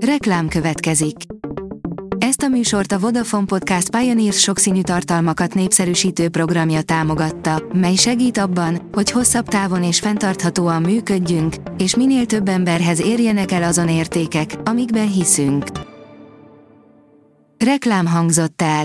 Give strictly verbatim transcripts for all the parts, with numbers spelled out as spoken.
Reklám következik. Ezt a műsort a Vodafone Podcast Pioneers sokszínű tartalmakat népszerűsítő programja támogatta, mely segít abban, hogy hosszabb távon és fenntarthatóan működjünk, és minél több emberhez érjenek el azon értékek, amikben hiszünk. Reklám hangzott el.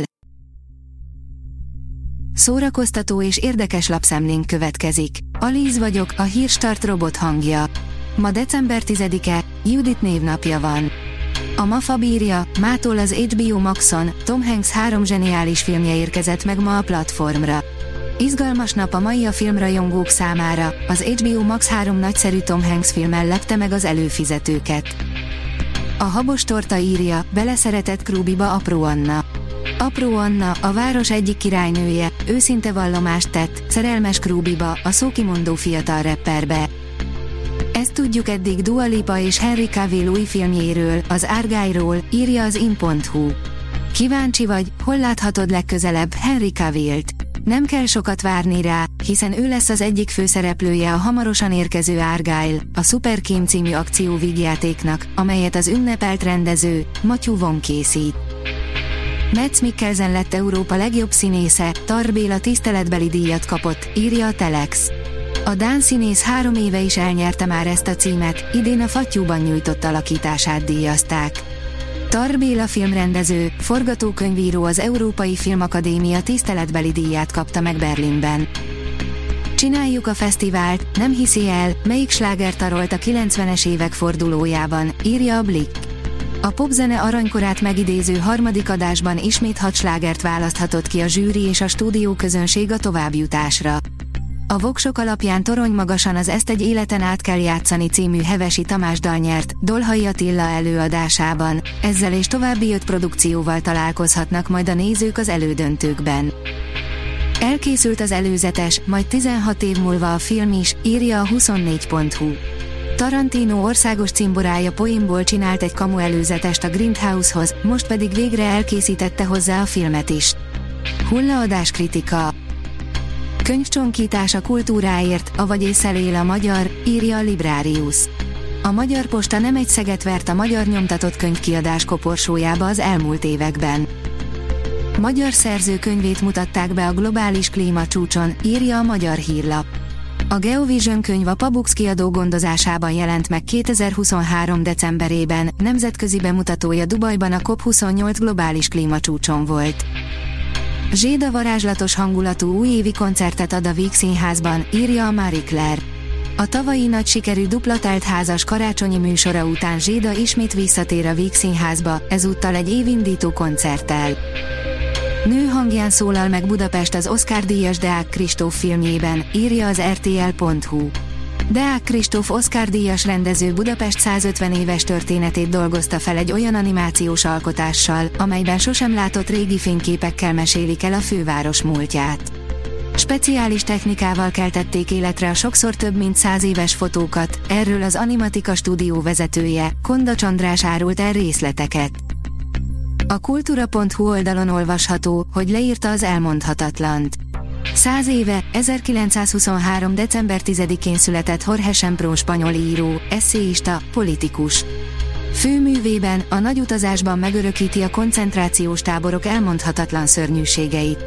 Szórakoztató és érdekes lapszemlénk következik. Alíz vagyok, a Hírstart robot hangja. Ma december tizedike, Judit névnapja van. A MAFA írja, mától az há bé o Maxon, Tom Hanks három zseniális filmje érkezett meg ma a platformra. Izgalmas nap a mai a filmrajongók számára, az há bé o Max három nagyszerű Tom Hanks filmmel lepte meg az előfizetőket. A Habos Torta írja, beleszeretett Krúbiba apró Anna. Apró Anna, a város egyik királynője, őszinte vallomást tett, szerelmes Krúbiba, a szókimondó fiatal rapperbe. Ezt tudjuk eddig Dua Lipa és Henry Cavill új filmjéről, az Argylle-ról, írja az in pont hu. Kíváncsi vagy, hol láthatod legközelebb Henry Cavillt? Nem kell sokat várni rá, hiszen ő lesz az egyik főszereplője a hamarosan érkező Argylle, a Super Kim című akcióvígjátéknak, amelyet az ünnepelt rendező, Matthew Vaughn készít. Mads Mikkelsen lett Európa legjobb színésze, Tar Béla tiszteletbeli díjat kapott, írja a Telex. A dán színész három éve is elnyerte már ezt a címet, idén a Fattyúban nyújtott alakítását díjazták. Tar Béla filmrendező, forgatókönyvíró az Európai Filmakadémia tiszteletbeli díját kapta meg Berlinben. Csináljuk a fesztivált, nem hiszi el, melyik sláger tarolt a kilencvenes évek fordulójában, írja a Blick. A popzene aranykorát megidéző harmadik adásban ismét hat slágert választhatott ki a zsűri és a stúdió közönség a továbbjutásra. A voksok alapján torony magasan az Ezt egy életen át kell játszani című Hevesi Tamás dal nyert, Dolhai Attila előadásában, ezzel és további öt produkcióval találkozhatnak majd a nézők az elődöntőkben. Elkészült az előzetes, majd tizenhat év múlva a film is, írja a huszonnégy pont hu. Tarantino országos cimborája poénból csinált egy kamu előzetest a Grindhouse-hoz, most pedig végre elkészítette hozzá a filmet is. Hullaadás kritika. Könyvcsonkítás a kultúráért, avagy ésszel él a magyar, írja a Librarius. A Magyar Posta nem egy szeget vert a magyar nyomtatott könyvkiadás koporsójába az elmúlt években. Magyar szerző könyvét mutatták be a globális klímacsúcson, írja a Magyar Hírlap. A Geovision könyv a Pabux kiadó gondozásában jelent meg kétezer-huszonhárom decemberében, nemzetközi bemutatója Dubajban a cop huszonnyolc globális klímacsúcson volt. Zséda varázslatos hangulatú újévi koncertet ad a Víg Színházban, írja a Marie Claire. A tavalyi nagy sikerű dupla telt házas karácsonyi műsora után Zséda ismét visszatér a Víg Színházba, ezúttal egy évindító koncerttel. Nő hangján szólal meg Budapest az Oscar-díjas Deák Kristóf filmjében, írja az er té el pont hu. Deák Kristóf Oscar-díjas rendező Budapest százötven éves történetét dolgozta fel egy olyan animációs alkotással, amelyben sosem látott régi fényképekkel mesélik el a főváros múltját. Speciális technikával keltették életre a sokszor több mint száz éves fotókat, erről az Animatika stúdió vezetője, Konda Csandrás árult el részleteket. A kultúra pont hu oldalon olvasható, hogy leírta az elmondhatatlant. Száz éve, ezerkilencszázhuszonhárom. december tizedikén született Jorge Semprún spanyol író, esszéista, politikus. Főművében, a Nagy utazásban megörökíti a koncentrációs táborok elmondhatatlan szörnyűségeit.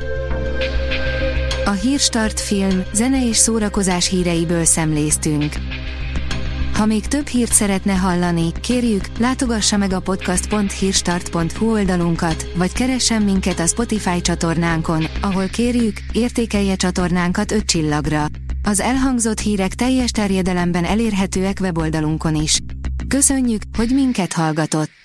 A Hírstart film, zene és szórakozás híreiből szemléztünk. Ha még több hírt szeretne hallani, kérjük, látogassa meg a podcast pont hírstart pont hu oldalunkat, vagy keressen minket a Spotify csatornánkon, ahol kérjük, értékelje csatornánkat öt csillagra. Az elhangzott hírek teljes terjedelemben elérhetőek weboldalunkon is. Köszönjük, hogy minket hallgatott!